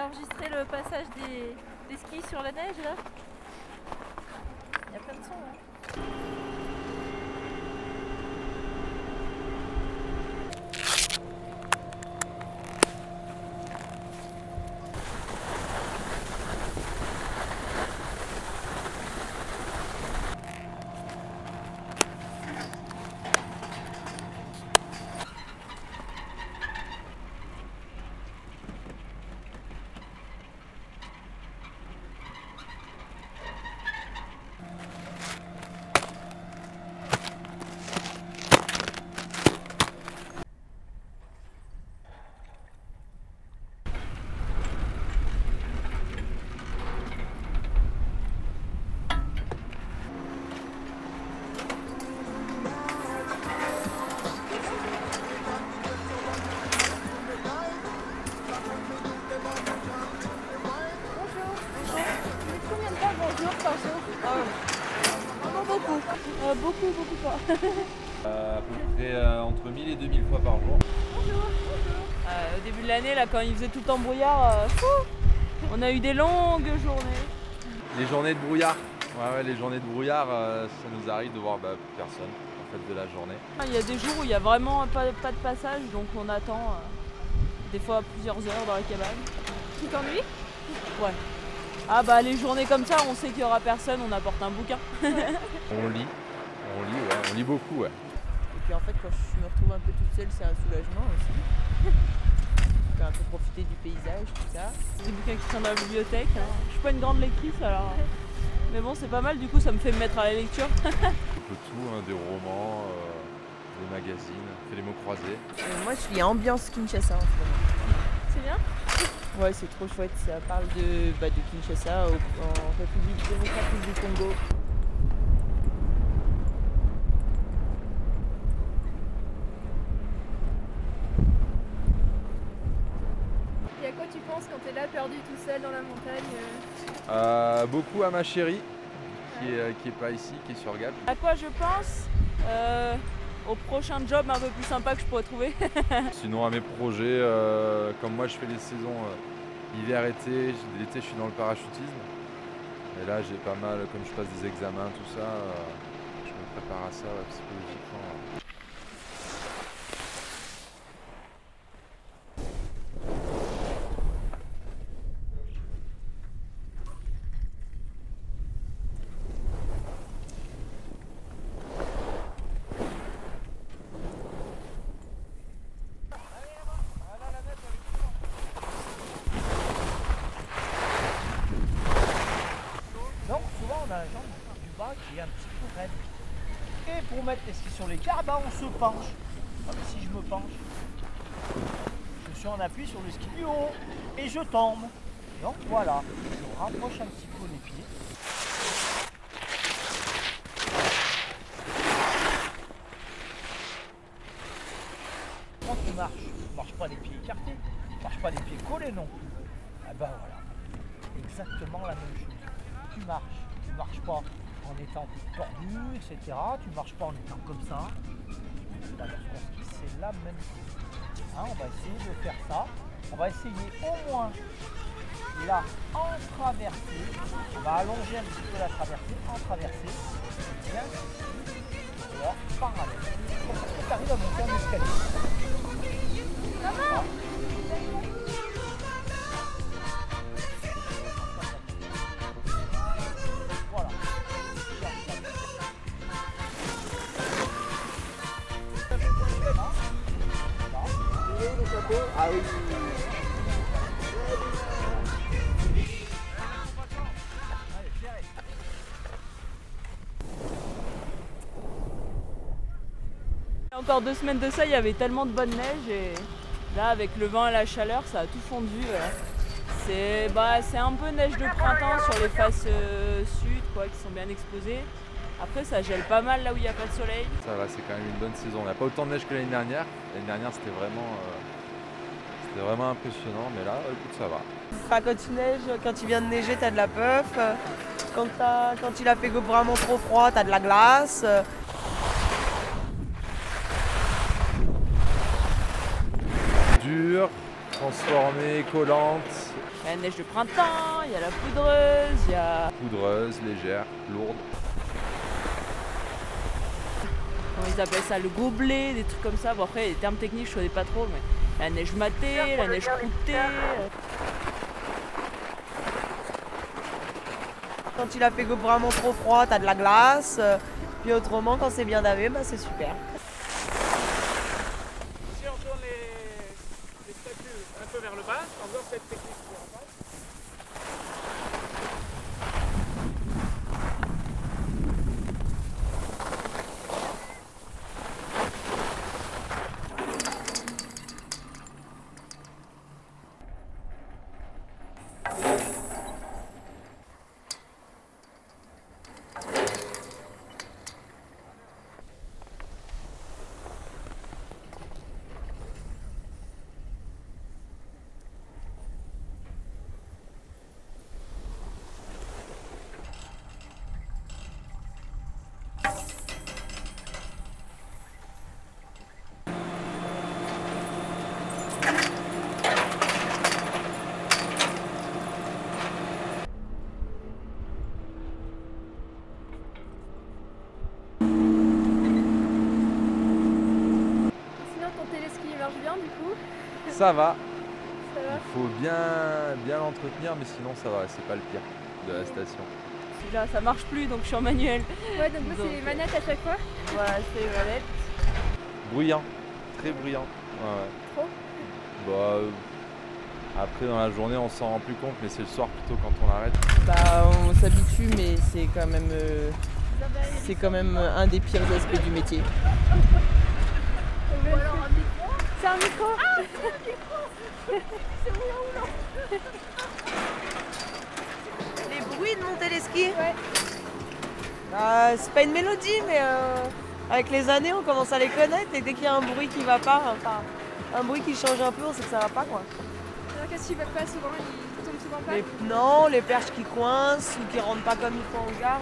enregistré le passage des skis sur la neige là. Il y a plein de sons. Hein. Beaucoup pas. À peu près entre 1000 et 2000 fois par jour. Bonjour. Au début de l'année, là, quand il faisait tout le temps brouillard, on a eu des longues journées. Les journées de brouillard. Ouais, les journées de brouillard, ça nous arrive de voir plus personne en fait de la journée. Il y a des jours où il n'y a vraiment pas de passage, donc on attend des fois plusieurs heures dans la cabane. Tu t'ennuies? Ouais. Ah bah les journées comme ça, on sait qu'il n'y aura personne, on apporte un bouquin. On lit, on lit beaucoup, ouais. Et puis en fait, quand je me retrouve un peu toute seule, c'est un soulagement aussi. Je peux un peu profiter du paysage, tout ça. C'est des bouquins qui sont dans la bibliothèque. Hein. Je suis pas une grande lectrice alors. Mais bon, c'est pas mal, du coup, ça me fait me mettre à la lecture. Un peu tout, hein, des romans, des magazines, on fait les mots croisés. Moi, je suis ambiance Kinshasa en ce moment. C'est bien? Ouais, c'est trop chouette. Ça parle de Kinshasa en République démocratique du Congo. Et à quoi tu penses quand t'es là perdu tout seul dans la montagne? Beaucoup à ma chérie, qui est pas ici, qui est sur Gap. À quoi je pense au prochain job un peu plus sympa que je pourrais trouver. Sinon à mes projets, comme moi je fais les saisons hiver-été, l'été je suis dans le parachutisme. Et là j'ai pas mal, comme je passe des examens, tout ça, je me prépare à ça psychologiquement. Donc souvent on a la jambe du bas qui est un petit peu raide. Et pour mettre les skis sur les cars, on se penche. Comme si je me penche. Je suis en appui sur le ski du haut et je tombe. Donc voilà, je rapproche un petit peu les pieds. Quand tu marches pas les pieds écartés, tu marches pas les pieds collés non plus. Ah ben voilà, exactement la même chose. Tu marches pas en étant tordu, etc. Tu marches pas en étant comme ça. Là, lorsqu'on skie, c'est la même chose. Hein, on va essayer de faire ça. On va essayer au moins là en traversée. On va allonger un petit peu la traversée, en traversée. Bien ici. Et là, parallèle. Comme ça, tu arrives à monter un escalier. Maman! Voilà. Ah oui. Il y a encore 2 semaines de ça, il y avait tellement de bonne neige et là, avec le vent et la chaleur, ça a tout fondu. C'est un peu neige de printemps sur les faces sud, qui sont bien exposées. Après, ça gèle pas mal là où il n'y a pas de soleil. Ça va, c'est quand même une bonne saison. On n'a pas autant de neige que l'année dernière. L'année dernière c'était vraiment impressionnant, mais là, écoute, ça va. Quand il vient de neiger, t'as de la puff. Quand il a fait vraiment trop froid, t'as de la glace. Dur, transformée, collante, Il y a la neige de printemps, il y a la poudreuse, il y a... poudreuse, légère, lourde. Comment ils appellent ça, le gobelet, des trucs comme ça. Bon après les termes techniques je connais pas trop, mais la neige matée, la neige croûtée. Quand il a fait vraiment trop froid, t'as de la glace. Puis autrement, quand c'est bien lavé, bah, c'est super. Si on tourne les statues un peu vers le bas, en faisant cette technique vers le bas. Sinon, ton téléski il marche bien du coup. Ça va, Ça va. il faut bien l'entretenir, mais sinon ça va, c'est pas le pire de la station. Là ça marche plus donc je suis en manuel. Ouais, donc là, c'est Donc, les manettes à chaque fois. Voilà, c'est les manettes. Bruyant, très bruyant. Ouais, ouais. Trop. Bah, après dans la journée on s'en rend plus compte, mais c'est le soir plutôt quand on arrête. Bah on s'habitue mais c'est quand même un des pires aspects du métier. C'est un micro. Les bruits de mon téléski. Ouais. Bah, c'est pas une mélodie, mais avec les années, on commence à les connaître. Et dès qu'il y a un bruit qui va pas, enfin, un bruit qui change un peu, on sait que ça va pas, quoi. Alors qu'est-ce qu'il va pas souvent? Il tombe souvent pas. Non, les perches qui coincent ou qui rentrent pas comme il faut en gare.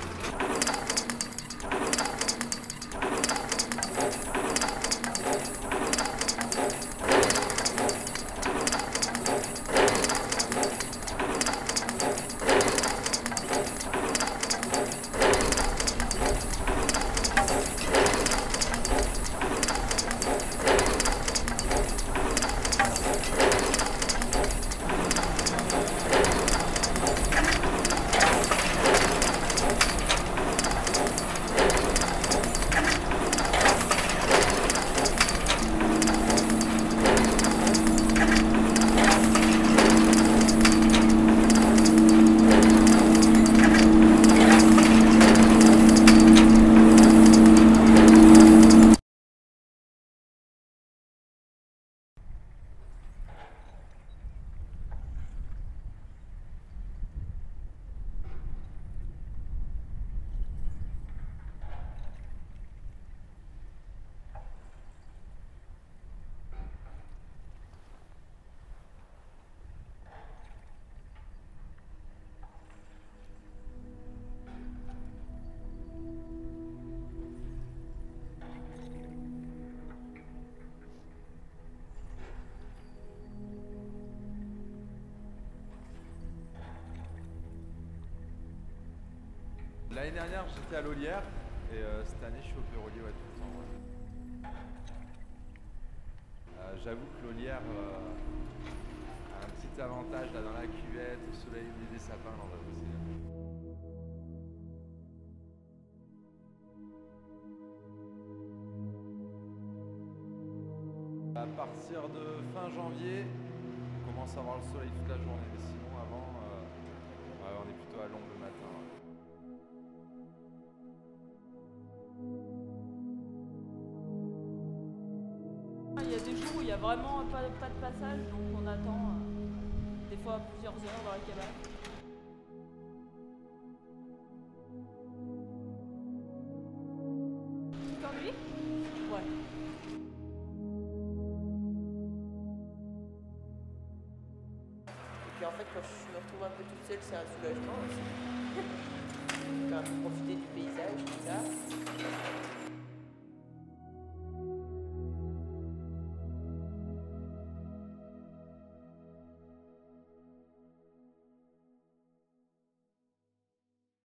L'année dernière j'étais à l'Olière et cette année je suis au Pérolier, ouais, tout le temps. Ouais. J'avoue que l'Olière a un petit avantage là dans la cuvette, au soleil, au milieu des sapins, là on va bosser. À partir de fin janvier, on commence à avoir le soleil toute la journée, mais sinon avant, ouais, on est plutôt à l'ombre le matin. Ouais. Il y a des jours où il n'y a vraiment pas de passage, donc on attend des fois plusieurs heures dans la cabane. Tu t'ennuies? Ouais. Et puis en fait, quand je me retrouve un peu toute seule, c'est un soulagement aussi. Je peux un peu profiter du paysage, tout ça.